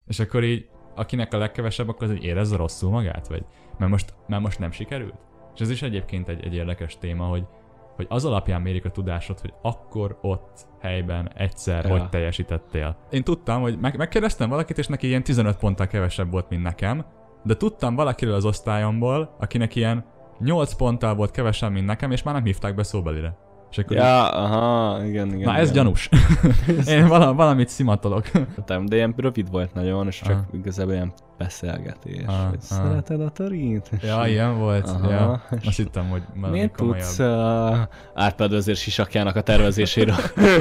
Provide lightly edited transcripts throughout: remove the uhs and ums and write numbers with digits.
És akkor így, akinek a legkevesebb, akkor az így érezze rosszul magát? Vagy mert most nem sikerült? És ez is egyébként egy érdekes téma, hogy az alapján mérik a tudásod, hogy akkor ott helyben egyszer hogy teljesítettél. Én tudtam, hogy megkérdeztem valakit, és neki ilyen 15 ponttal kevesebb volt, mint nekem, de tudtam valakiről az osztályomból, akinek ilyen 8 ponttal volt kevesebb, mint nekem, és már nem hívták be szóbelire. És akkor igen. Na ez gyanús. Én valamit szimatolok. De ilyen rövid volt nagyon, és csak igazából ilyen beszélgetés. Szereted a torint? Ja, ilyen volt. Ja. Azt hittem, hogy miért tudsz Árpád vezér sisakjának a tervezéséről?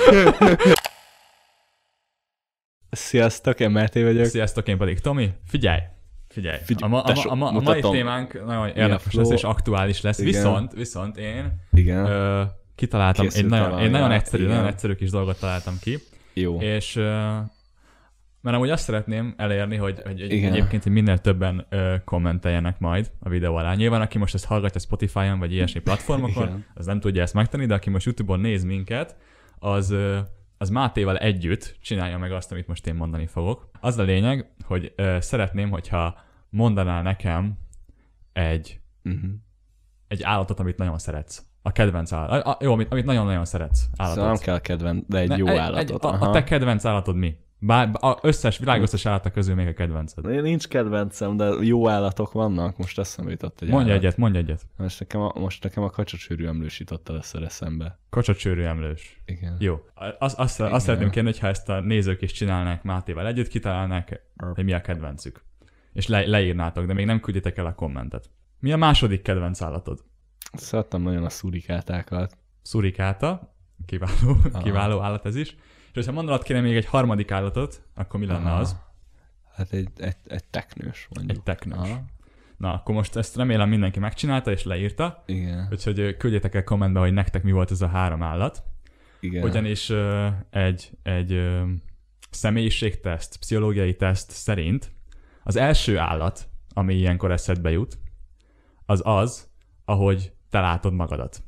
Sziasztok, MLT vagyok. Sziasztok, én pedig Tomi. Figyelj. A mai témánk nagyon érdekes lesz és aktuális lesz. Viszont én kitaláltam, egy nagyon egyszerű kis dolgot találtam ki. Jó. És mert amúgy azt szeretném elérni, hogy egyébként hogy minél többen kommenteljenek majd a videó alá. Nyilván, aki most ezt hallgatja Spotify-on vagy ilyesmi platformokon, az nem tudja ezt megtenni, de aki most YouTube-on néz minket, az Mátéval együtt csinálja meg azt, amit most én mondani fogok. Az a lényeg, hogy szeretném, hogyha mondanál nekem egy állatot, amit nagyon szeretsz. A kedvenc állat. Jó, amit nagyon-nagyon szeretsz. Állatot. Szóval nem kell kedvenc, de egy jó állatot. A te kedvenc állatod mi? Bár világ összes állatok közül még a kedvenced. Nincs kedvencem, de jó állatok vannak. Most eszembe jutott egy állat. Mondj egyet. Most nekem a kacsacsőrű emlős jutott először eszembe. Kacsacsőrű emlős. Igen. Jó. Azt szeretném kérni, hogyha ezt a nézők is csinálnák Mátéval együtt, kitalálnák, hogy mi a kedvencük. És leírnátok, de még nem küldjetek el a kommentet. Mi a második kedvenc állatod? Szerettem nagyon a szurikátákat. Szurikáta. Kiváló állat ez is. És ha mondanod kéne még egy harmadik állatot, akkor mi lenne az? Hát egy teknős, mondjuk. Egy teknős. Na, akkor most ezt remélem mindenki megcsinálta és leírta. Igen. Úgyhogy küldjétek el kommentbe, hogy nektek mi volt ez a 3 állat. Igen. Ugyanis egy személyiségteszt, pszichológiai teszt szerint az első állat, ami ilyenkor eszedbe jut, az, ahogy te látod magadat.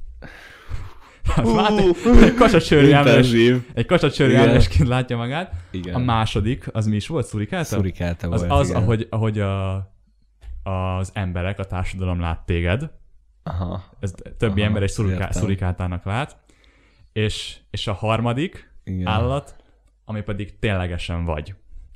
Egy kacsacsőrű emlősként látja magát. Igen. A második, az mi is volt? Szurikáta? Szurikáta volt, az ahogy az emberek, a társadalom lát téged. Aha. Ez többi ember egy szurikátának lát. És a harmadik állat, ami pedig ténylegesen vagy.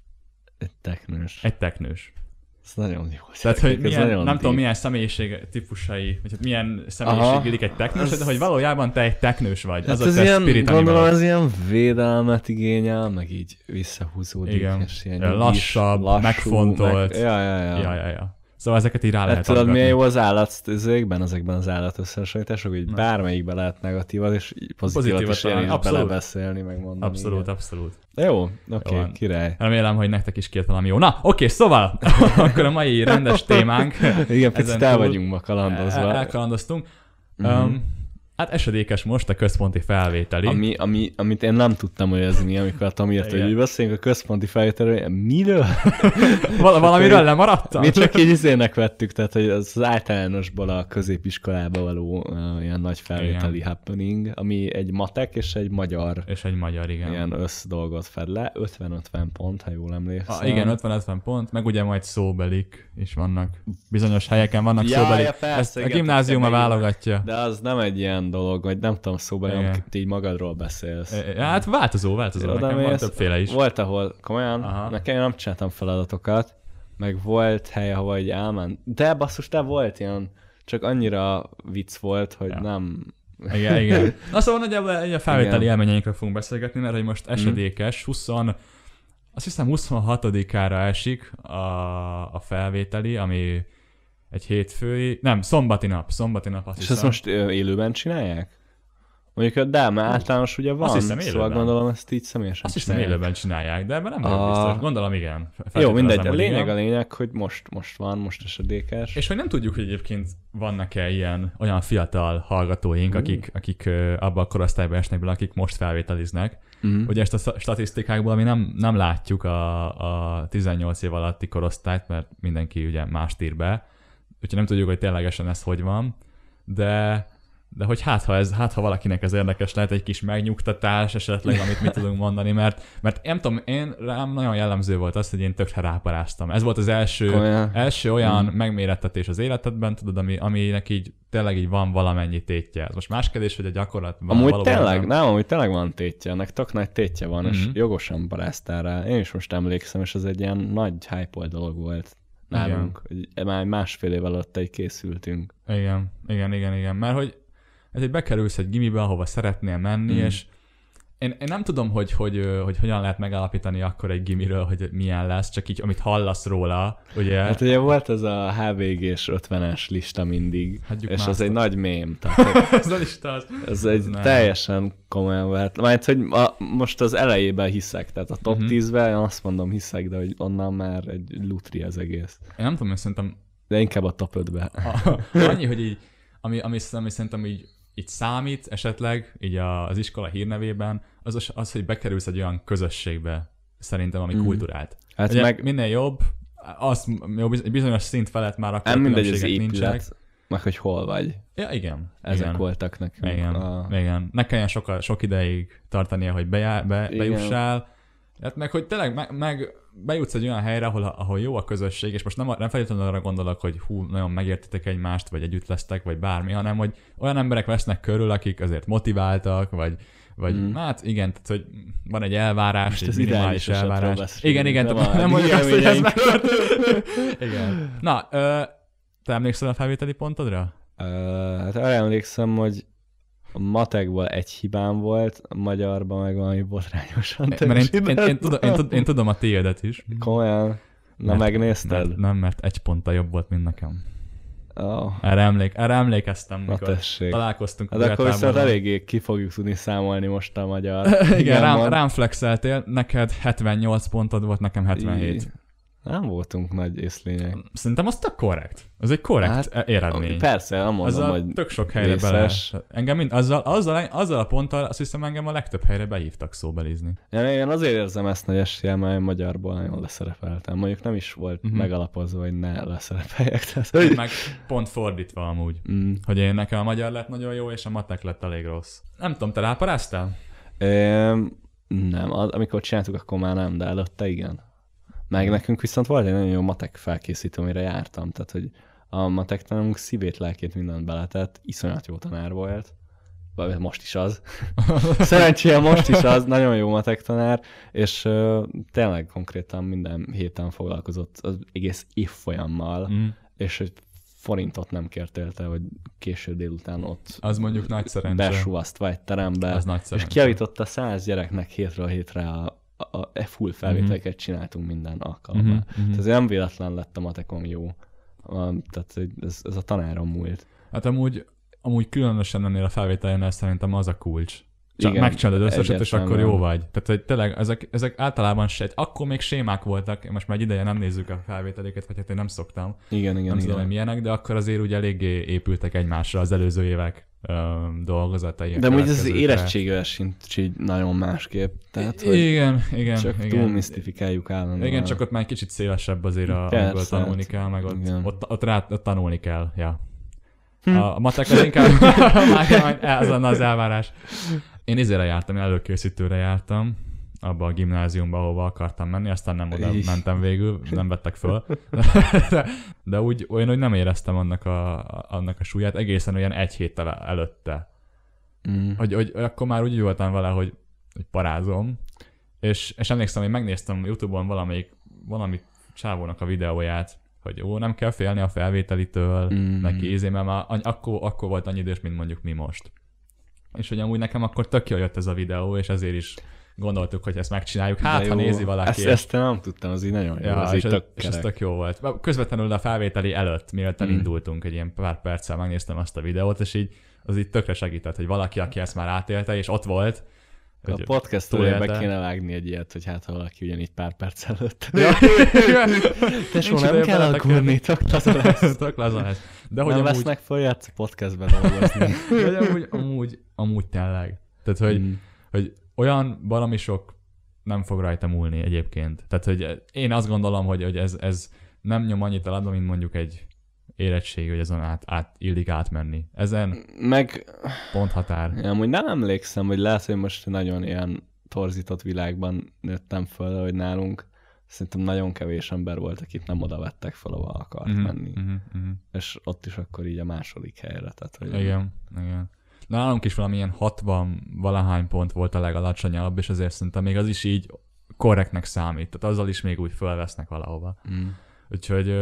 Egy teknős. Ez nagyon jó. Tehát, hogy nem tudom, milyen személyiség típusai, vagy milyen személyiség illik egy teknős, de hogy valójában te egy teknős vagy. Hát az ilyen, gondolom, ez ilyen védelmet igényel, meg így visszahúzódik. Igen. És ilyen Lassabb, megfontolt. Ja. Szóval ezeket így rá lehet tudod, adatni. Milyen jó az ezekben az állatösszehasonlítások, hogy bármelyikben lehet negatívat, és pozitívat is belebeszélni, megmondani. Abszolút. Jó, oké, király. Remélem, hogy nektek is kijött valami jó. Na, oké, szóval, akkor a mai rendes témánk. Igen, picit el vagyunk ma kalandozva. Elkalandoztunk. Hát esedékes most a központi felvételi. Amit én nem tudtam, hogy ez mi, amikor a Tom írta, hogy beszéljünk a központi felvételről. Miről? Valamiről lemaradtam? Mi csak így izének vettük, tehát hogy az általánosból a középiskolába való ilyen nagy felvételi happening, ami egy matek és egy magyar. Igen. Ilyen dolgot fed le. 50-50 pont, ha jól emlékszem. Igen, 50-50 pont, meg ugye majd szóbelik is vannak. Bizonyos helyeken vannak szóbelik. Ezt a gimnáziuma válogatja. De az nem egy ilyen dolog, vagy nem tudom, szóban te így magadról beszélsz. Hát változó, nekem van többféle is. Volt, ahol komolyan, nekem nem csináltam feladatokat, meg volt hely, ahol így elment. De basszus, de volt ilyen, csak annyira vicc volt, hogy nem... Igen. Na szóval nagyjából a felvételi élményeinkről fogunk beszélgetni, mert hogy most esedékes, azt hiszem 26-ára esik a felvételi, ami egy hétfői, nem, szombati nap azt hiszem. És ezt most élőben csinálják? Mondjuk, de már általános ugye van, azt hiszem, szóval gondolom ezt így személyesen azt hiszem élőben csinálják, de ebben nem vagyok biztos. Gondolom igen. Jó, mindegy, a lényeg, hogy most van, most esedékes. És hogy nem tudjuk, hogy egyébként vannak-e olyan fiatal hallgatóink, akik abban a korosztályban esnek, akik most felvételiznek. Ugye ezt a statisztikákból mi nem látjuk a 18 év alatti korosztályt, mert mindenki ugye mást ír be. Úgyhogy nem tudjuk, hogy ténylegesen ez hogy van, de de hogy hát ha valakinek ez érdekes lehet, egy kis megnyugtatás esetleg, amit mi tudunk mondani, mert nem tudom, rám nagyon jellemző volt az, hogy én tökre ráparáztam. Ez volt az első olyan megmérettetés az életedben, tudod, aminek így tényleg így van valamennyi tétje. Ez most más kérdés, hogy a gyakorlatban amúgy tényleg van tétje, ennek tök nagy tétje van, és jogosan paráztál rá. Én is most emlékszem, és ez egy ilyen nagy hype dolog volt nálunk. Már másfél év alatt készültünk. Igen. Mert hogy ez egy bekerülsz egy gimibe, ahova szeretnél menni, és én nem tudom, hogy hogyan lehet megállapítani akkor egy gimiről, hogy milyen lesz, csak így, amit hallasz róla, ugye? Hát ugye volt ez a HVG-s 50-es lista mindig, hagyjuk és az egy nagy mém. Ez a lista az. Ez egy teljesen komolyan volt. Mert hogy most az elejében hiszek, tehát a top 10-ben én azt mondom hiszek, de hogy onnan már egy lutri az egész. Én nem tudom, hogy szerintem... De inkább a top 5-be. Annyi, hogy így, ami szerintem így számít esetleg, így az iskola hírnevében, az, hogy bekerülsz egy olyan közösségbe, szerintem, ami kulturált. Hát ugye, minél jobb, egy bizonyos szint felett már akkor különbségek nincsenek. Meg hogy hol vagy. Ja, igen. Ezek voltak nekünk. Igen. Ne kelljen sok ideig tartania, hogy bejussál. Hát meg, hogy tényleg bejutsz egy olyan helyre, ahol jó a közösség, és most nem feltétlenül arra gondolok, hogy nagyon megértitek egymást, vagy együtt lesztek, vagy bármi, hanem hogy olyan emberek vesznek körül, akik azért motiváltak, vagy hát igen, tehát hogy van egy elvárás, most egy minimális elvárás. Igen, nem mondjuk azt, hogy ez megtört. Igen. Na, te emlékszel a felvételi pontodra? Hát arra emlékszem, hogy a matekból egy hibám volt, a magyarban meg valami botrányosan én tudom a tiédet is. Komolyan? Megnézted? Mert egy ponttal jobb volt, mint nekem. Erre emlékeztem, mikor találkoztunk. Hát akkor viszont eléggé ki fogjuk tudni számolni most a magyar. Igen, rám flexeltél, neked 78 pontod volt, nekem 77. Nem voltunk nagy észlények. Szerintem az tök korrekt. Ez egy korrekt eredmény. Persze, nem mondom, hogy tök sok helyre bele. Engem azzal a ponttal azt hiszem engem a legtöbb helyre behívtak szóbelizni. Én azért érzem ezt nagy eséllyel, mert magyarból nagyon leszerepeltem. Mondjuk nem is volt megalapozva, hogy ne leszerepeljek. Tehát... Meg pont fordítva amúgy. Hogy én nekem a magyar lett nagyon jó, és a matek lett elég rossz. Nem tudom, te ráparáztál? Nem, amikor csináltuk, akkor már nem, de előtte igen. Meg nekünk viszont volt egy nagyon jó matek felkészítő, amire jártam, tehát hogy a matek tanulunk szívét, lelkét, mindent beletett, iszonyat jó tanár volt, vagy most is az. Szerencsére most is az, nagyon jó matek tanár, és tényleg konkrétan minden héten foglalkozott az egész évfolyammal, és hogy forintot nem kért érte, hogy késő délután ott az mondjuk nagy szerencse. Besuvasztva egy terembe, és kiavította 100 gyereknek hétről hétre a full felvételeket csináltunk minden alkalommal. Tehát ez nem véletlen lett a matekom jó. Tehát ez a tanárom múlt. Hát amúgy különösen ennél a felvételénél szerintem az a kulcs. Csak megcsinálod összeset, és akkor jó vagy. Tehát hogy tényleg ezek általában akkor még sémák voltak, most már egy ideje nem nézzük a felvételéket, vagy hát én nem szoktam. Igen. Nem tudom, hogy milyenek, de akkor azért ugye eléggé épültek egymásra az előző évek dolgozatai. De úgy az érettségvel sincs így nagyon másképp. Tehát, hogy igen. Csak túl misztifikáljuk állandóan. Igen, csak ott már kicsit szélesebb azért, amikor tanulni kell, meg ott tanulni kell, ja. A matek az inkább ez lenne az elvárás. Én izére jártam, én előkészítőre jártam, abba a gimnáziumba, ahova akartam menni, aztán nem oda mentem végül, nem vettek föl. De úgy nem éreztem annak a súlyát, egészen olyan egy héttel előtte. Hogy akkor már úgy voltam vele, hogy parázom, és emlékszem, hogy megnéztem YouTube-on valami csávónak a videóját, hogy nem kell félni a felvételitől, neki mert már akkor volt annyi idős, mint mondjuk mi most. És hogy amúgy nekem akkor tök jól jött ez a videó, és ezért is gondoltuk, hogy ezt megcsináljuk. Hát, ha nézi valaki. Ezt nem tudtam, az így nagyon jó. Ja, és ez tök jó volt. Közvetlenül a felvételi előtt, mielőtt elindultunk, egy ilyen pár perccel megnéztem azt a videót, és így az így tökre segített, hogy valaki, aki ezt már átélte, és ott volt. A podcast túlélbe kéne vágni egy ilyet, hogy hát ha valaki ugyanígy pár perc előtt. Tesó, nem kell aggódni, tök laza lesz. De hogy vesznek föl, játsz podcastben dolgozni. De amúgy tényleg. Tehát, hogy olyan valami sok nem fog rajta múlni egyébként. Tehát, hogy én azt gondolom, hogy ez nem nyom annyit eladva, mint mondjuk egy érettség, hogy azon illik átmenni. Ezen ponthatár. Ja, amúgy nem emlékszem, hogy lehet, hogy most nagyon ilyen torzított világban nőttem föl, hogy nálunk szerintem nagyon kevés ember volt, akit nem oda vettek fel, ahol akart menni. És ott is akkor így a második helyre. Tehát, hogy igen. Nálunk is valamilyen 60 valahány pont volt a legalacsonyabb, és azért szerintem még az is így korrektnek számít. Tehát azzal is még úgy fölvesznek valahova. Úgyhogy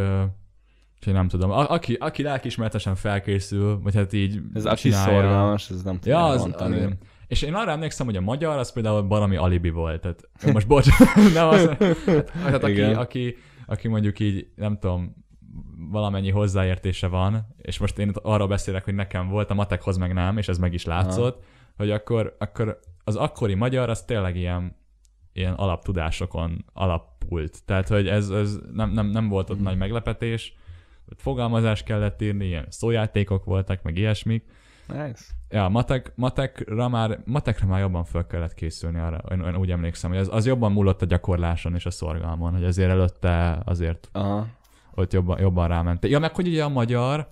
nem tudom. Aki lelkiismeretesen felkészül, vagy hát így ez aki szorgalmas, ez nem tudja mondani. És én arra emlékszem, hogy a magyar az például valami alibi volt. Tehát, most bocs, nem az, hát aki mondjuk így, nem tudom, valamennyi hozzáértése van, és most én arra beszélek, hogy nekem volt, a matekhoz meg nem, és ez meg is látszott, hogy akkor az akkori magyar az tényleg ilyen alaptudásokon alapult. Tehát, hogy ez nem volt ott nagy meglepetés, fogalmazás kellett írni, ilyen szójátékok voltak, meg ilyesmik. Nice. Ja, matekra már jobban fel kellett készülni arra. Én úgy emlékszem, hogy az jobban múlott a gyakorláson és a szorgalmon, hogy azért előtte azért ott jobban ráment. Ja, meg hogy ugye a magyar,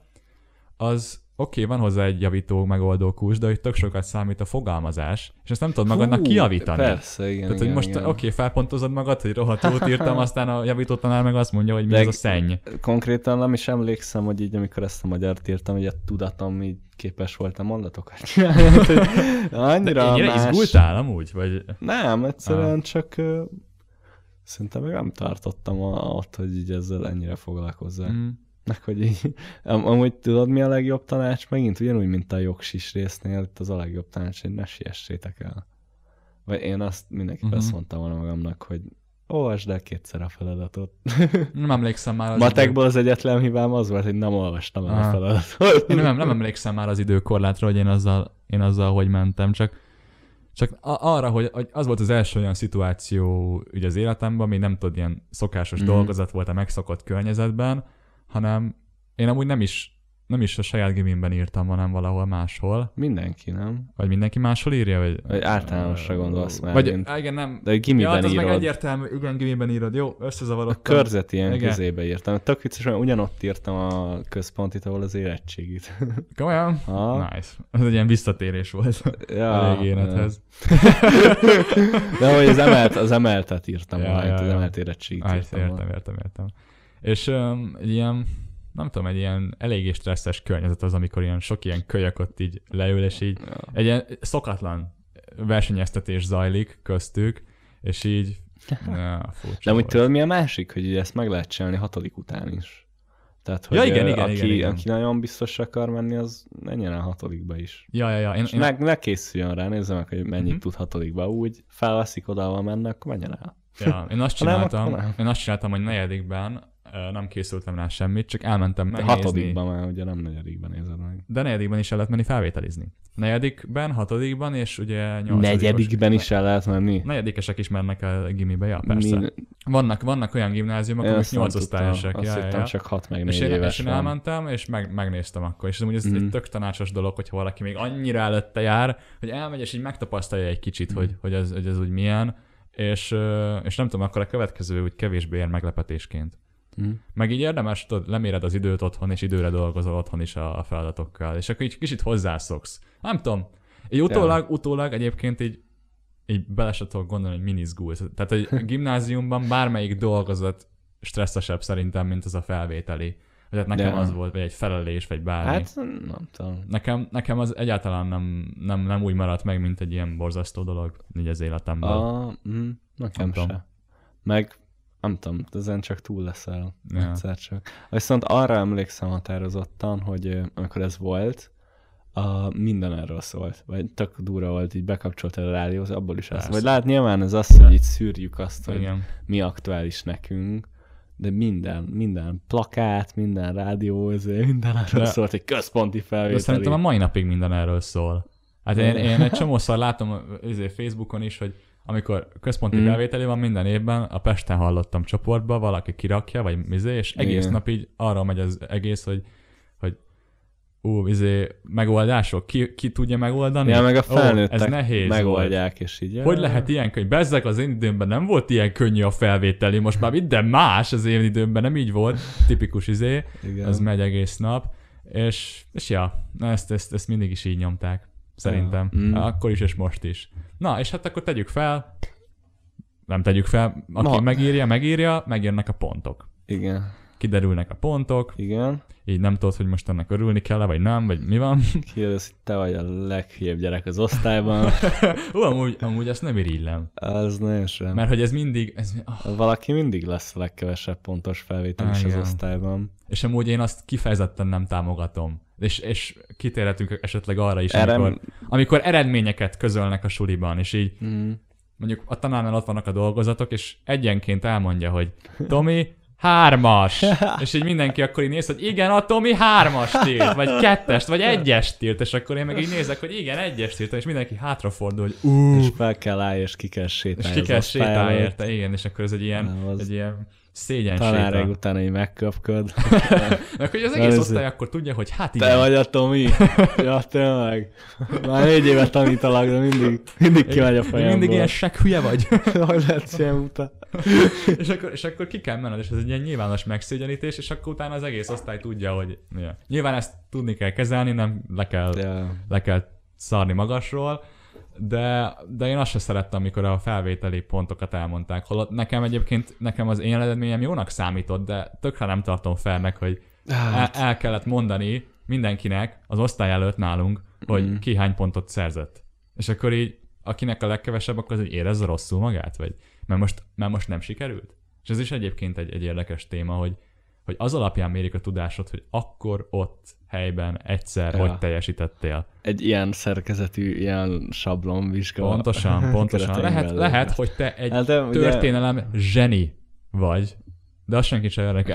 az oké, van hozzá egy javító, megoldó kulcs, de hogy tök sokat számít a fogalmazás, és ezt nem tudod magadnak kijavítani. Persze, igen. Tehát, hogy most oké, felpontozod magad, hogy rohadt jót írtam, aztán a javító tanár meg azt mondja, hogy mi ez a szenny. Konkrétan nem is emlékszem, hogy így, amikor ezt a magyart írtam, hogy a tudatom így képes voltam mondatokat csinálni. Annyira ennyire izgultál amúgy? Vagy... Nem, egyszerűen csak szerintem még nem tartottam ott, hogy így ezzel ennyire foglalkozzak. Hogy így, amúgy tudod, mi a legjobb tanács? Megint ugyanúgy, mint a jogsis résznél, itt az a legjobb tanács, hogy ne siessétek el. Vagy én azt mindenképp ezt mondtam volna magamnak, hogy olvasd el kétszer a feladatot. Nem emlékszem már. Matekból az egyetlen hibám az volt, hogy nem olvastam el a feladatot. Én nem emlékszem már az időkorlátra, hogy én azzal hogy mentem, csak arra, hogy az volt az első olyan szituáció ugye az életemben, ami nem tudod, ilyen szokásos dolgozat volt a megszokott környezetben, hanem én amúgy nem is a saját gimimben írtam, hanem valahol máshol. Mindenki, nem? Vagy mindenki máshol írja? Vagy általánosra gondolsz már. Vagy igen, nem. De gimiben írod. Ja, meg egyértelmű, igen, gimiben írod. Jó, összezavarodtam. A körzet ilyen közébe írtam. Tök vicces, mert ugyanott írtam a központit, ahol az érettségit. Komolyan? Nice. Ez egy ilyen visszatérés volt a végénethez. De hogy az emeltet írtam majd, az emelt érettségit írtam. Értem. És egy ilyen, nem tudom, egy ilyen eléggé stresszes környezet az, amikor ilyen sok ilyen kölyök ott így leül, és így egy ilyen szokatlan versenyeztetés zajlik köztük, és így furcsa. De úgy tudod, mi a másik, hogy ezt meg lehet csinálni 6. után is. Tehát, hogy igen. Aki nagyon biztos akar menni, az menjen el 6-ba is. Ja. És ne készüljön rá, nézzem meg, hogy mennyit tud 6-ba. Úgy felveszik oda, ahol mennek, akkor menjen el. Ja, én azt csináltam, hogy 4-ben nem készültem rá semmit, csak elmentem megnézni. 6-ban már, ugye nem 4-ben nézed meg. De 4-ben is el lehet menni felvételizni. 4-ben, 6-ban és ugye 8-ban. 4-ben is el lehet menni? 4-esek is mennek a gimibe, ja, persze. Vannak olyan gimnáziumok, amik 8 osztályosak. Azt hittem csak 6 meg 4 éves. És én elmentem, és megnéztem akkor. És ez egy tök tanácsos dolog, hogyha valaki még annyira előtte jár, hogy elmegy, és így megtapasztalja egy kicsit, hogy ez úgy milyen. És nem tudom, akkor a következő úgy kevésbé ér meglepetésként. Meg így érdemes, leméred az időt otthon, és időre dolgozol otthon is a feladatokkal, és akkor így kicsit hozzászoksz. Nem tudom, így utólag egyébként így bele se tudok gondolni, hogy min izgulsz. Tehát egy gimnáziumban bármelyik dolgozat stresszesebb szerintem, mint az a felvételi. Tehát nekem az volt, vagy egy felelés, vagy bármi. Hát nem tudom. Nekem az egyáltalán nem úgy maradt meg, mint egy ilyen borzasztó dolog így az életemben. Nekem se. Meg nem tudom, ezen csak túl leszel egyszer csak. Viszont arra emlékszem határozottan, hogy amikor ez volt, minden erről szólt. Vagy tök durva volt, így bekapcsoltál a rádióhoz, abból is az. Vagy lát, nyilván ez az, hogy így szűrjük azt, hogy mi aktuális nekünk, de minden plakát, minden rádió, minden erről szólt, egy központi felvételi. De szerintem a mai napig minden erről szól. Hát én egy csomószor látom Facebookon is, hogy amikor központi felvételi van minden évben, a Pesten hallottam csoportba, valaki kirakja, vagy és egész nap így arra megy az egész, hogy megoldások, ki tudja megoldani? Ja, meg a felnőttek ez nehéz megoldják, és így. Hogy lehet ilyen könnyű? Bezzeg az én időmben nem volt ilyen könnyű a felvételi, most már minden más az én időmben, nem így volt. Tipikus az megy egész nap. És ja, ezt mindig is így nyomták. Szerintem. Akkor is és most is. Na, és hát akkor tegyük fel. Nem tegyük fel. Aki megírja, megjönnek a pontok. Igen. Kiderülnek a pontok. Igen. Így nem tudod, hogy most annak örülni kell, vagy nem, vagy mi van. Kérdez, hogy te vagy a leghülyebb gyerek az osztályban. amúgy ezt nem irigylem. Az nagyon sem. Mert hogy ez mindig... Valaki mindig lesz a legkevesebb pontos felvétel is az osztályban. És amúgy én azt kifejezetten nem támogatom. És kitérhetünk esetleg arra is, amikor eredményeket közölnek a suliban, és így mondjuk a tanárnál ott vannak a dolgozatok, és egyenként elmondja, hogy Tomi, 3-as. És így mindenki akkor így néz, hogy igen, a Tomi 3-as tírt, vagy 2-est, vagy 1-est tírt, és akkor én meg így nézek, hogy igen, 1-est írtam, és mindenki hátrafordul, hogy És fel kell állni, és ki kell sétálni. És ki kell sétálni érte, igen, és akkor ez egy ilyen szégyen Tanáreg utána így megköpköd. Meg hogy az egész osztály akkor tudja, hogy hát igen. Te vagy a Tomi? Ja, tényleg. Már 4 éve tanítalak, de mindig kimegy a fejemből. Mindig ilyen hülye vagy. Hogy lehetsz ilyen utána. és akkor ki kell menned, és ez egy ilyen nyilvános megszégyenítés, és akkor utána az egész osztály tudja, hogy ja. Nyilván ezt tudni kell kezelni, nem le kell szarni magasról, de én azt sem szerettem, amikor a felvételi pontokat elmondták. Holott nekem az én eredményem jónak számított, de tökre nem tartom felnek, hogy el kellett mondani mindenkinek az osztály előtt nálunk, hogy ki hány pontot szerzett. És akkor így, akinek a legkevesebb, akkor az így érezze rosszul magát? Vagy mert most nem sikerült? És ez is egyébként egy érdekes téma, hogy az alapján mérik a tudásod, hogy akkor ott helyben egyszer hogy teljesítettél. Egy ilyen szerkezetű, ilyen sablonvizsga. Pontosan. Lehet, hogy te egy történelem zseni vagy, de az senkit sem érdekel.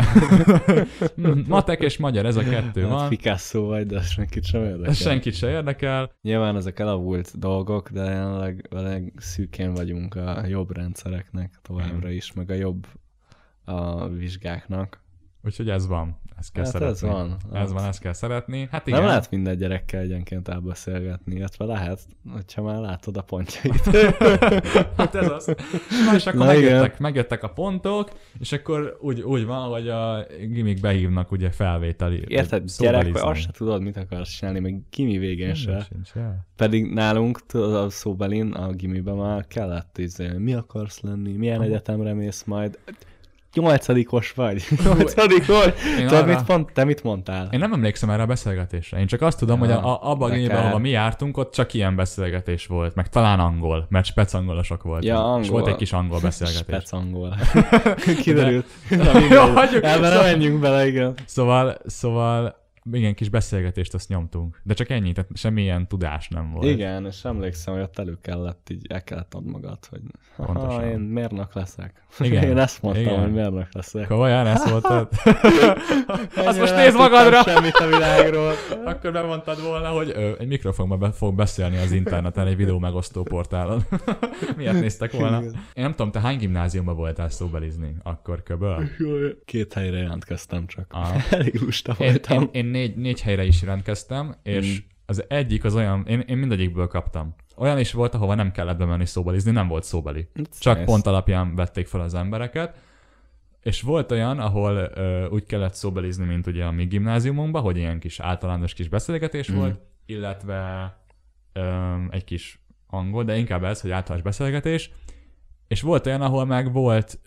Matek és magyar, ez a kettő van. Picasso vagy, de senkit sem érdekel. Senkit sem érdekel. Nyilván ezek elavult dolgok, de jelenleg szűkén vagyunk a jobb rendszereknek továbbra is, meg a jobb a vizsgáknak. Úgyhogy ez van. Ezt kell szeretni. Ezt kell szeretni. Hát igen. Nem lehet minden gyerekkel egyenként elbeszélgetni, illetve lehet, hogyha már látod a pontjait. Hát ez az. Na és akkor megjöttek a pontok, és akkor úgy van, hogy a gimik behívnak ugye felvételi. Érted, gyerek, vagy azt se tudod, mit akarsz csinálni, meg gimi végén se. Pedig nálunk tudod, a szóbelin, a gimiben már kellett izélni, mi akarsz lenni, milyen egyetemre mész majd. 8-os vagy. 8-os. Te mit mondtál? Én nem emlékszem erre a beszélgetésre. Én csak azt tudom, hogy abban a gimiben, ahol mi jártunk, ott csak ilyen beszélgetés volt. Meg talán angol, mert specangolosok voltak. Ja, angol. És volt egy kis angol beszélgetés. Specangol. Kiderült. Ebben nem menjünk bele, igen. Szóval igen, kis beszélgetést azt nyomtunk. De csak ennyi, tehát semmilyen tudás nem volt. Igen, és emlékszem, hogy ott el kellett adni magad, hogy én mérnök leszek. Igen. Én ezt mondtam, hogy mérnök leszek. Komolyan ezt mondtad? Azt most nézd magadra! Semmit a világról. Akkor bemondtad volna, hogy egy mikrofonban fog beszélni az interneten, egy videó megosztó portálon. Miért néztek volna? Én nem tudom, te hány gimnáziumban voltál szóbelizni akkor köböl? 2 helyre jelentkeztem csak. Elég lusta voltam. Én 4 helyre is jelentkeztem, és az egyik az olyan, én mindegyikből kaptam. Olyan is volt, ahova nem kellett bemenni szóbelizni, nem volt szóbeli. Csak pont alapján vették fel az embereket. És volt olyan, ahol úgy kellett szóbelizni, mint ugye a mi gimnáziumunkban, hogy ilyen kis általános kis beszélgetés volt, illetve egy kis angol, de inkább ez, hogy általános beszélgetés. És volt olyan, ahol meg volt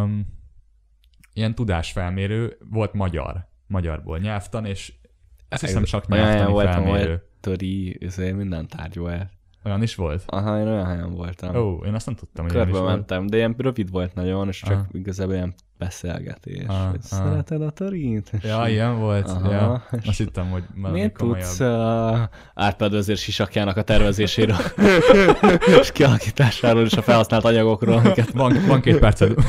ilyen tudásfelmérő, volt magyarból nyelvtan, és azt hiszem csak nyelvtani felmérő. Töri, minden tárgy volt. Olyan is volt? Aha, én olyan helyen voltam. Én azt nem tudtam, hogy körbe mentem, de ilyen rövid volt nagyon, és csak igazából ilyen beszélgetés. Hogy szereted a Törit? Ja, ilyen volt. Ja. Azt hittem, hogy miért tudsz Árpád vezér sisakjának a tervezéséről és kialakításáról és a felhasznált anyagokról, amiket... Van 2 perced.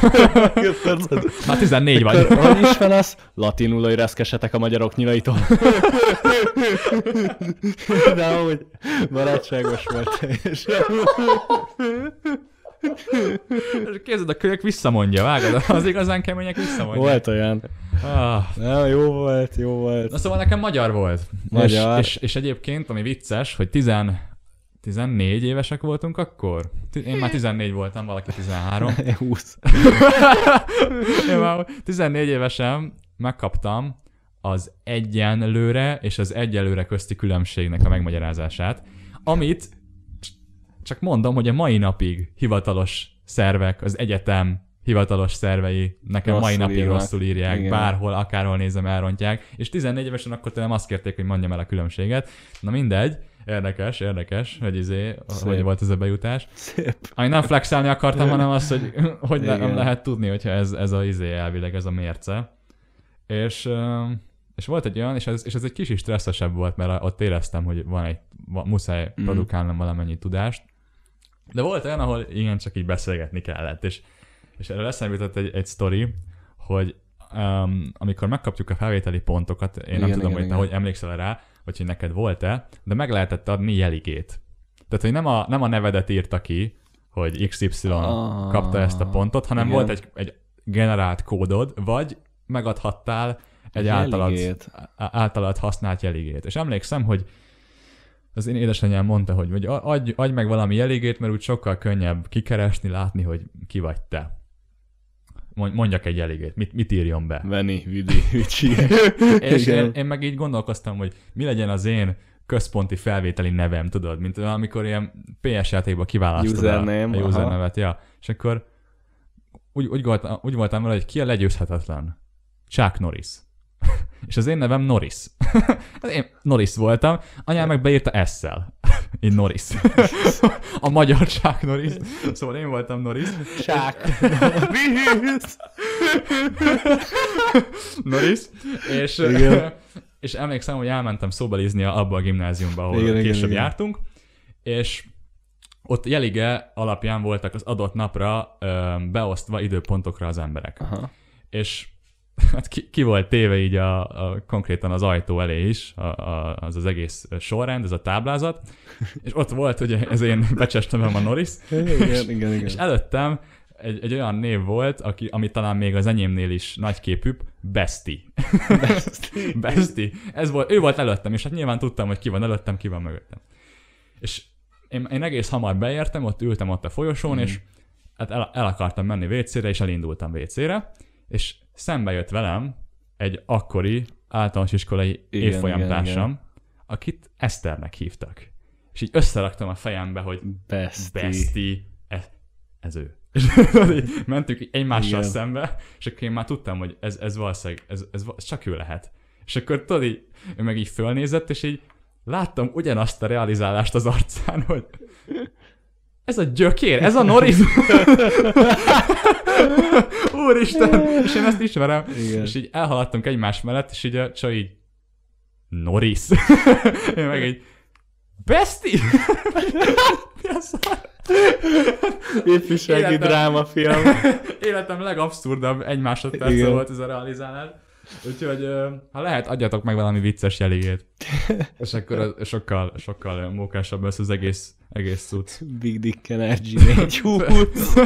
Már 14 vagy. Hogy is van az? Latinul, hogy reszkesetek a magyarok nyilaitól. De ahogy barátságos volt teljesen. Képzeld, a kölyök visszamondja, vágod? Az igazán kemények visszamondja. Volt olyan. Nem, jó volt. Na szóval nekem magyar volt. Magyar. És egyébként, ami vicces, hogy 14 évesek voltunk akkor? Én már 14 voltam, valaki 13. 20. Én már 14 évesen megkaptam az egyenlőre és az egyelőre közti különbségnek a megmagyarázását, amit csak mondom, hogy a mai napig hivatalos szervek, az egyetem hivatalos szervei nekem mai napig rosszul írják, igen. Bárhol, akárhol nézem, elrontják, és 14 évesen akkor tőlem azt kérték, hogy mondjam el a különbséget. Na mindegy, érdekes, hogy hogy volt ez a bejutás. Szép. Ami nem flexelni akartam, hanem az, hogy nem lehet tudni, hogyha ez a elvileg, ez a mérce. És volt egy olyan, és ez egy kicsit stresszesebb volt, mert ott éreztem, hogy muszáj produkálnom valamennyi tudást. De volt olyan, ahol igen, csak így beszélgetni kellett, és erről eszembe jutott egy sztori, hogy amikor megkapjuk a felvételi pontokat, én nem tudom, hogy te hogy emlékszel rá, vagy hogy neked volt-e, de meg lehetett adni jeligét. Tehát, hogy nem a nevedet írta ki, hogy XY kapta ezt a pontot, hanem volt egy generált kódod, vagy megadhattál egy általad használt jeligét. És emlékszem, hogy az én édesanyám mondta, hogy adj meg valami jeligét, mert úgy sokkal könnyebb kikeresni, látni, hogy ki vagy te. Mondjak egy jeligét, mit írjon be? Veni, vidi, vicsi. És én meg így gondolkoztam, hogy mi legyen az én központi felvételi nevem, tudod, mint amikor ilyen PS játékban kiválasztod a usernevet. Ja. És akkor úgy voltam vele, hogy ki a legyőzhetetlen? Chuck Norris. És az én nevem Norris. Én Norris voltam, anyám meg beírta S-szel. Én Norris. A magyar Chuck Norris. Szóval én voltam Norris. Chuck Norris. És emlékszem, hogy elmentem szóbelizni abba a gimnáziumba, ahol később jártunk, és ott jelige alapján voltak az adott napra beosztva időpontokra az emberek. Aha. És hát ki volt téve így konkrétan az ajtó elé is, az egész sorrend, ez a táblázat, és ott volt, hogy ez én becsestemem a Norris, igen. És előttem egy olyan név volt, ami talán még az enyémnél is nagyképűbb, Besti. Besti. Ő volt előttem, és hát nyilván tudtam, hogy ki van előttem, ki van mögöttem. És én egész hamar beértem, ott ültem ott a folyosón, és hát el akartam menni WC-re, és elindultam WC-re, és szembe jött velem egy akkori általános iskolai évfolyamtársam, akit Eszternek hívtak. És így összeraktam a fejembe, hogy Besti, ez ő. És mentünk egymással szembe, és akkor én már tudtam, hogy ez valószínűleg, ez csak ő lehet. És akkor tudod, ő meg így fölnézett, és így láttam ugyanazt a realizálást az arcán, hogy ez a gyökér, ez a Norris. Úristen! És én ezt ismerem. Igen. És így elhaladtunk egymás mellett, és így a csaj így Norris. Én meg így Besti! Mi a szar? Ifjúsági drámafilm. Életem legabszurdabb egy másodperce volt ez a realizálás. Úgyhogy ha lehet, adjatok meg valami vicces jeligét. És akkor sokkal mókásabb lesz az egész cucc. Big Dick Energy 420.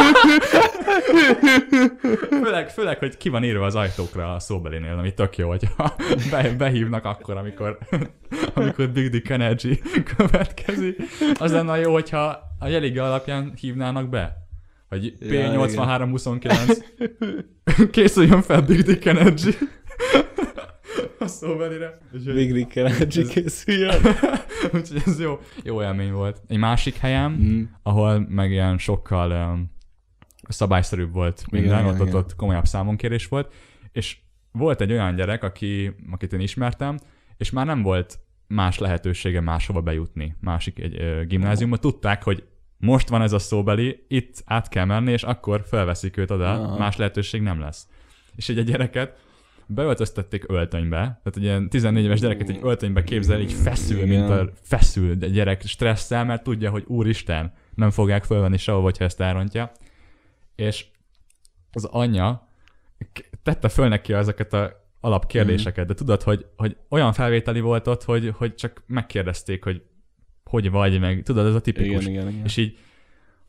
Főleg, hogy ki van írva az ajtókra a szóbelinél, ami tök jó, hogyha behívnak akkor, amikor Big Dick Energy következik. Az lenne jó, hogyha a jelige alapján hívnának be. Hogy P8329 készüljön fel Big Dick Energy a szóbelire. Big Dick Energy készüljön. Úgyhogy ez jó élmény volt. Egy másik helyem, ahol meg ilyen sokkal szabályszerűbb volt minden, ott komolyabb számonkérés volt, és volt egy olyan gyerek, akit én ismertem, és már nem volt más lehetősége máshova bejutni, másik gimnáziumba. Tudták, hogy most van ez a szóbeli, itt át kell menni, és akkor felveszik őt oda, más lehetőség nem lesz. És egy gyereket beöltöztették öltönybe, tehát egy ilyen 14 éves gyereket egy öltönybe képzel, így feszül, mint a feszül gyerek stresszel, mert tudja, hogy úristen, nem fogják fölvenni sehova, hogyha ezt elrontja. És az anyja tette föl neki ezeket a alapkérdéseket, de tudod, hogy olyan felvételi volt ott, hogy csak megkérdezték, hogy vagy, meg tudod, ez a tipikus. Igen. És így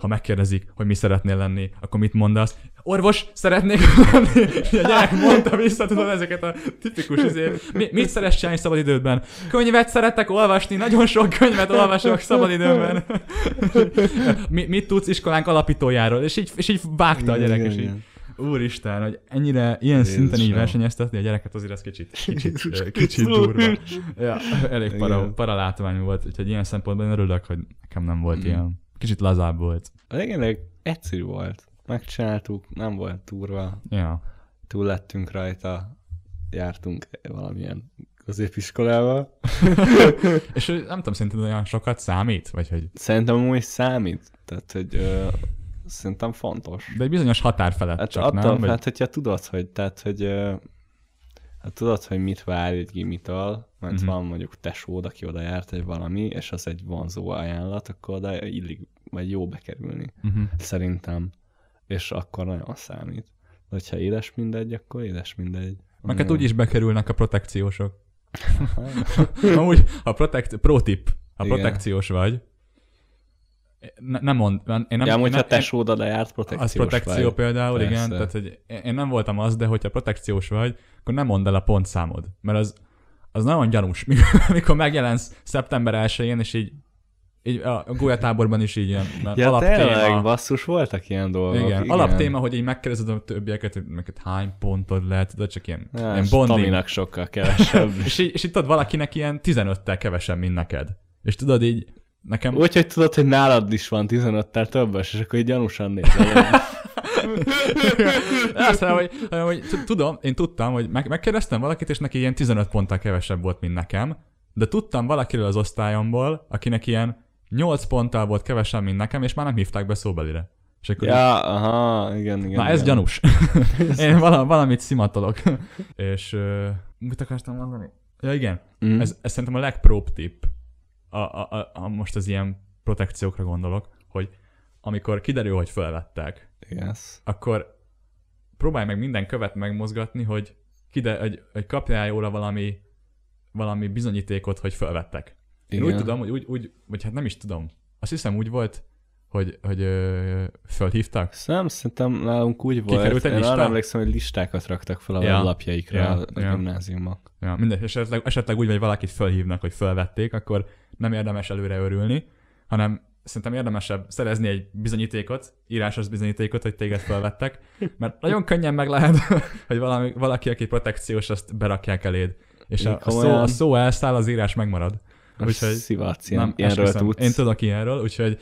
ha megkérdezik, hogy mi szeretnél lenni, akkor mit mondasz? Orvos, szeretnék lenni. A gyerek mondta vissza, tudod, ezeket a tipikus mit szeretsz csinálni szabadidődben? Könyvet szeretek olvasni, nagyon sok könyvet olvasok szabadidőben. Mit tudsz iskolánk alapítójáról? És így vágta a gyerek, és így úristen, hogy ennyire ilyen szinten így versenyeztetni a gyereket, azért ez kicsit durva. Ja, elég para látvány volt, úgyhogy ilyen szempontból én örülök, hogy nekem nem volt ilyen. Kicsit lazább volt. Elég egyszerű volt. Megcsináltuk, nem volt durva. Ja. Túl lettünk rajta, jártunk valamilyen középiskolába. És nem tudom, szerinted olyan sokat számít? Vagy hogy... Szerintem amúgy számít. Tehát, hogy szerintem fontos. De egy bizonyos határ felett hát csak, attól, nem? Hát, hogyha tudod, hogy mit vár egy gimitől, mert van mondjuk tesód, aki oda járt, vagy valami, és az egy vonzó ajánlat, akkor oda illik, vagy jó bekerülni. Szerintem. És akkor nagyon számít. De hogyha édes mindegy, akkor édes mindegy. Meg hát úgyis bekerülnek a protekciósok. Amúgy, pro-tip, ha protekciós vagy, nem mond, hogyha tesód oda járt, protekciós az protekció vagy. például, Persze. igen. Tehát, hogy én nem voltam az, de hogyha protekciós vagy, akkor nem mondd el a pontszámod. Mert az nagyon gyanús. Mikor megjelensz szeptember 1-én, és így a gólyatáborban is így ilyen tényleg, basszus, voltak ilyen dolgok. Igen. Alaptéma, hogy így megkérdezed a többieket, hogy neked hány pontod lehet, tudod, csak ilyen bonding. Tominak sokkal kevesebb. és így tudod, valakinek ilyen 15-tel kevesebb, mint neked. És tudod így, nekem... Úgy, hogy tudod, hogy nálad is van 15-tel többes, és akkor így gyanúsan nézel. hogy tudom, én tudtam, hogy megkérdeztem valakit, és neki ilyen 15 ponttal kevesebb volt, mint nekem, de tudtam valakiről az osztályomból, akinek ilyen 8 ponttal volt kevesebb, mint nekem, és már nem hívták be szóbelire. És akkor igen. Na, ez gyanús. Én valamit szimatolok. És mit akartam mondani? Ja, igen. Ez szerintem a legpróbb tipp, most az ilyen protekciókra gondolok, hogy amikor kiderül, hogy felvettek, akkor próbálj meg minden követ megmozgatni, hogy kapjál jóra valami bizonyítékot, hogy felvettek. Én úgy tudom, hogy úgy, vagy hát nem is tudom. Azt hiszem úgy volt, hogy fölhívtak. Szerintem nálunk úgy volt. Kikerült egy Én lista? arra emlékszem, hogy listákat raktak fel a lapjaikra a gimnáziumok. Ja, mindegy, és esetleg úgy, hogy valakit fölhívnak, hogy fölvették, akkor nem érdemes előre örülni, hanem szerintem érdemesebb szerezni egy bizonyítékot, írásos bizonyítékot, hogy téged fölvettek, mert nagyon könnyen meg lehet, hogy valaki, aki protekciós, azt berakják eléd. És a szó elszáll, az írás megmarad. Úgyhogy szivatsz, ilyenről tudsz. Én tudok ilyenről, úgyhogy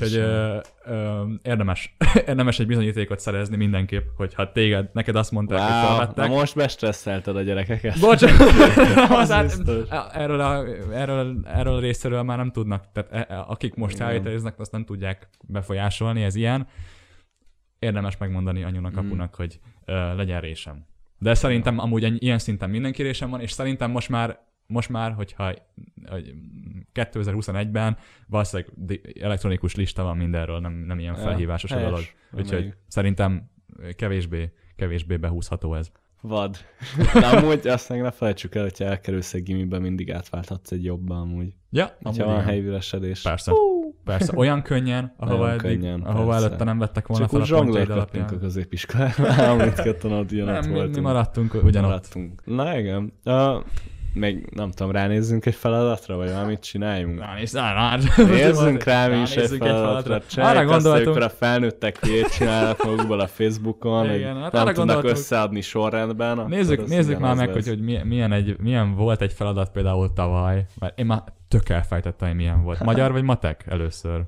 érdemes egy bizonyítékot szerezni mindenképp, hogyha neked azt mondták, hogy felvettek. Na most bestresszelted a gyerekeket. Bocsánat, erről a részéről már nem tudnak, tehát akik most felvételiznek, azt nem tudják befolyásolni, ez ilyen. Érdemes megmondani anyunak, apunak, hogy legyen résem. De szerintem amúgy ilyen szinten mindenki résem van, és szerintem most már, hogyha 2021-ben valószínűleg elektronikus lista van mindenről, nem ilyen felhívásos a dolog. Úgyhogy szerintem kevésbé behúzható ez. Vad. De amúgy azt meg ne felejtsük el, hogyha elkerülsz egy gimibe, mindig átválthatsz egy jobba amúgy. Ja, hogyha van helyüresedés. Persze, olyan könnyen, ahova előtte nem vettek volna fel a pontjaid alapján. Csak úgy a középiskolában, amit ketten ugyanott voltunk. Mi maradtunk ugyanott. Na igen. Meg nem tudom, ránézzünk egy feladatra, vagy valamit csináljunk? Nézzünk rá mi is egy feladatra. Csinálják azt, amikor a felnőttek hülyét csinálnak magukból a Facebookon, hogy nem tudnak összeadni sorrendben. Nézzük már meg, hogy milyen volt egy feladat például tavaly. Mert én már tök elfejtettem, hogy milyen volt. Magyar vagy matek először?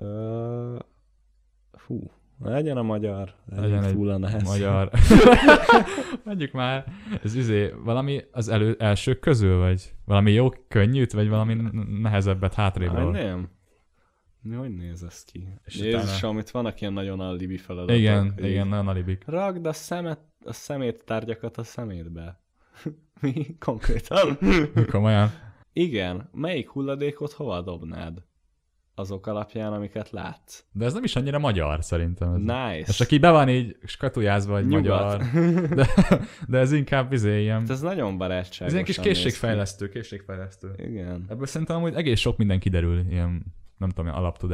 Legyen a magyar. Legyen egy magyar. Mondjuk már, ez valami az elsők közül, vagy valami jó könnyűt, vagy valami nehezebbet hátrébről? Nem. Hogy néz ez ki? Jézus, amit vannak ilyen nagyon alibi feladatok. Igen, nagyon alibik. Ragd a szemét tárgyakat a szemétbe. Mi? Konkrétan? Komolyan. Igen. Melyik hulladékot hova dobnád? Azok alapján, amiket látsz. De ez nem is annyira magyar, szerintem. Nice. És aki be van így skatujázva, vagy magyar. De ez inkább ilyen. Ez nagyon barátságos. Ez ilyen kis készségfejlesztő. Igen. Ebből szerintem amúgy egész sok minden kiderül, ilyen, nem tudom, alaptudás.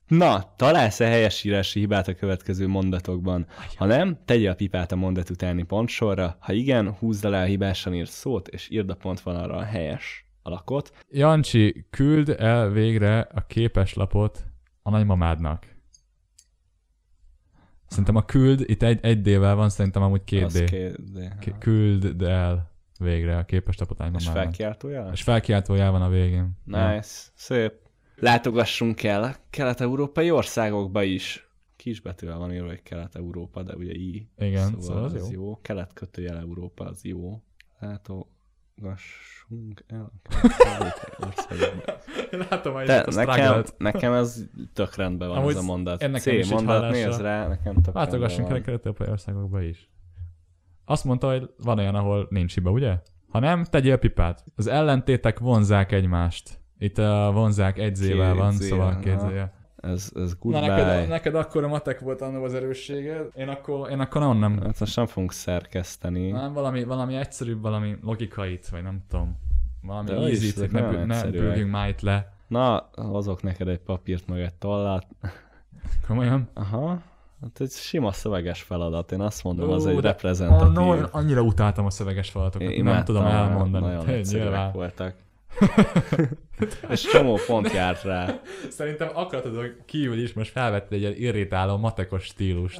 Na, találsz-e helyesírási hibát a következő mondatokban? Ha nem, tegye a pipát a mondat utáni pontsorra. Ha igen, húzd le a hibásan írt szót, és írd a pontvonalra a helyes alakot. Jancsi, küld el végre a képeslapot a nagymamádnak. Szerintem a küld, itt egy D-vel van, szerintem amúgy 2D. Küld el végre a képeslapot a nagymamádnak. És felkiáltójál? És felkiáltójál van a végén. Nice, ja. Szép. Látogassunk el kelet-európai országokba is. Kisbetűvel van írva, hogy Kelet-Európa, de ugye így. Igen, szóval az jó. Kelet-kötőjel Európa, az jó. Látogassunk el országokba. Látom, hogy nekem ez tök rendben van ez a mondat. C mondat, nézd rá, nekem tök látogassunk el kelet-európai országokba is. Azt mondta, hogy van olyan, ahol nincs hiba, ugye? Ha nem, tegyél pipát. Az ellentétek vonzák egymást. Itt a vonzák egy Z-vel van, szóval 2 Z-vel. Ez goodbye. Neked akkor a matek volt annól az erősséged, én akkor nem. Hát most nem fogunk szerkeszteni. Nem, valami egyszerűbb, valami logikait, vagy nem tudom. Valami easy-t, ne bőgjünk már itt le. Na, hozok neked egy papírt, meg egy tollát. Komolyan? Aha. Hát egy sima szöveges feladat, én azt mondom, az egy reprezentatív. Annyira utáltam a szöveges feladatokat, én nem tudom elmondani. Nagyon egyszerűek voltak. És csomó pont járt rá. Szerintem akaratodon kívül is most felvetted egy ilyen irritáló matekos stílust.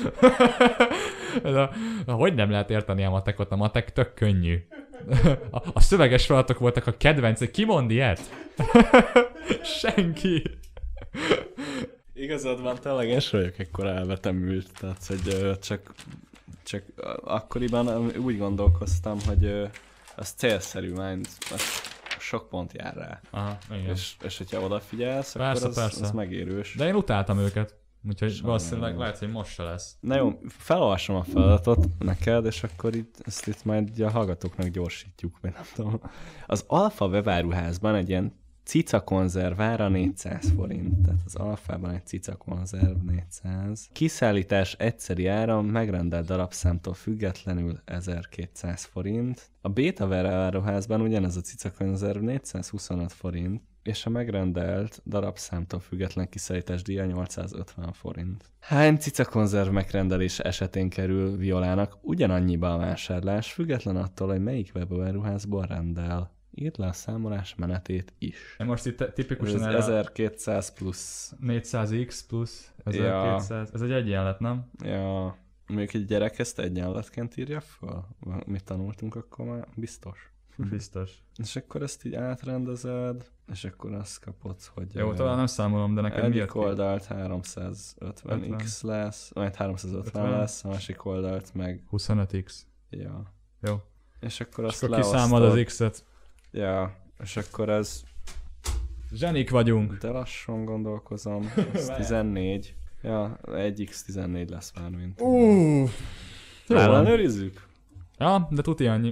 Hogy nem lehet érteni a matekot? A matek tök könnyű. A szöveges feladatok voltak a kedvenc. Ki mond ilyet? Senki. Igazad van, tényleg és vagyok ekkor elvetemült. Tehát, hogy csak akkoriban úgy gondolkoztam, hogy az célszerű, mert sok pont jár rá. Aha, igen. És hogyha odafigyelsz, persze, akkor az megérős. De én utáltam őket, úgyhogy valószínűleg lehet, hogy most se lesz. Na jó, felolvasom a feladatot neked, és akkor ezt majd a hallgatóknak gyorsítjuk, vagy nem tudom. Az Alfa webáruházban egy ilyen cica konzerv ára 400 forint. Tehát az Alfában egy cica konzerv 400. Kiszállítás egyszeri ára megrendelt darabszámtól függetlenül 1200 forint. A Béta webáruházban ugyanez a cica konzerv 425 forint, és a megrendelt darabszámtól független kiszállítás díja 850 forint. Hány cica konzerv megrendelés esetén kerül Violának ugyanannyiba a vásárlás, független attól, hogy melyik webáruházból rendel? Írd le a számolás menetét is. Most itt tipikusan ez 1200 plusz 400x plusz 1200. Ja. Ez egy egyenlet, nem? Ja. Mondjuk egy gyerek ezt egyenletként írja fel? Mit tanultunk akkor már? Biztos. Biztos. És akkor ezt így átrendezed, és akkor azt kapod, hogy... Jó, talán nem számolom, de nekem miért? Egyik oldalt 350x lesz, majd 350 lesz, a másik oldalt meg... 25x. Ja. Jó. És akkor azt akkor kiszámod az x-et. Ja, és akkor ez... Zsenik vagyunk. De lassan gondolkozom. Ez 14. Ja, 1x14 lesz már, mint... Ellenőrizzük? Ja, de tuti annyi.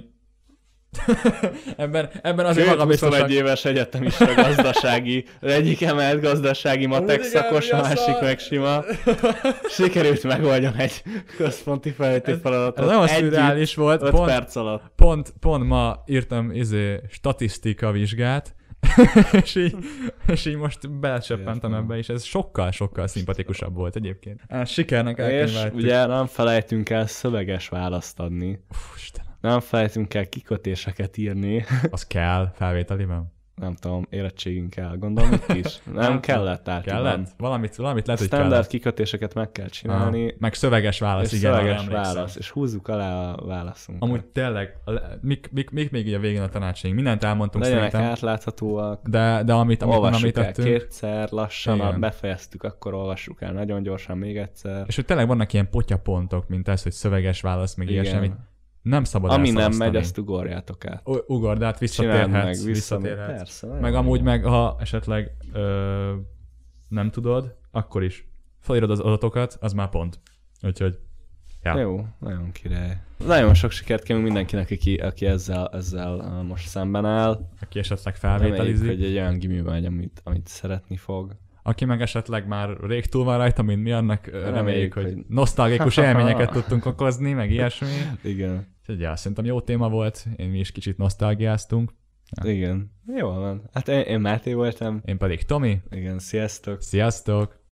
ebben azért magam biztosak. 21 éves egyetemista gazdasági, egyik emelt gazdasági matek szakos, a másik meg sima. Sikerült megoldjon egy központi felvételi feladatot. Ez nagyon szürreális volt. 5 perc alatt. Pont ma írtam statisztika vizsgát, és így most belecsöppentem ebbe, és ez sokkal szimpatikusabb volt egyébként. Sikernek elkönyveltük. És ugye nem felejtünk el szöveges választ adni. Istenem. Nem felejtünk el kikötéseket írni. Az kell felvételiben? Nem tudom, érettségünk kell. Gondolom itt is. Nem kellett általában. Kellett? Valamit lehet, hogy standard kellett. kikötéseket meg kell csinálni. Meg szöveges válasz, és igen. Szöveges válasz, és húzzuk alá a válaszunkat. Amúgy tényleg, mik még így a végén a tanácsaink? Mindent elmondtunk legyenek szerintem. átláthatóak. De amit olvassuk el tettünk, kétszer, lassan, befejeztük, akkor olvassuk el nagyon gyorsan még egyszer. És hogy tényleg vannak ilyen potyapontok, mint ez, hogy szöveges válasz, meg ilyesmi, amit nem szabad ami nem megy, azt ugorjátok át. Ugord, de hát visszatérhetsz. Visszatérhetsz. Persze, meg amúgy ha esetleg nem tudod, akkor is felírod az adatokat, az már pont. Úgyhogy, ja. Jó, nagyon király. Nagyon sok sikert kívánunk mindenkinek, aki ezzel most szemben áll. Aki esetleg felvételizik. Reméljük, hogy egy olyan gimi vagy, amit szeretni fog. Aki meg esetleg már rég túl van rajta, mint mi, annak reméljük, hogy nosztalgikus élményeket tudtunk okozni, meg ilyesmi. Igen. Úgyhogy ja, szerintem jó téma volt, mi is kicsit nosztalgiáztunk. Ja. Igen, jól van. Hát én Máté voltam. Én pedig Tomi. Igen, sziasztok. Sziasztok.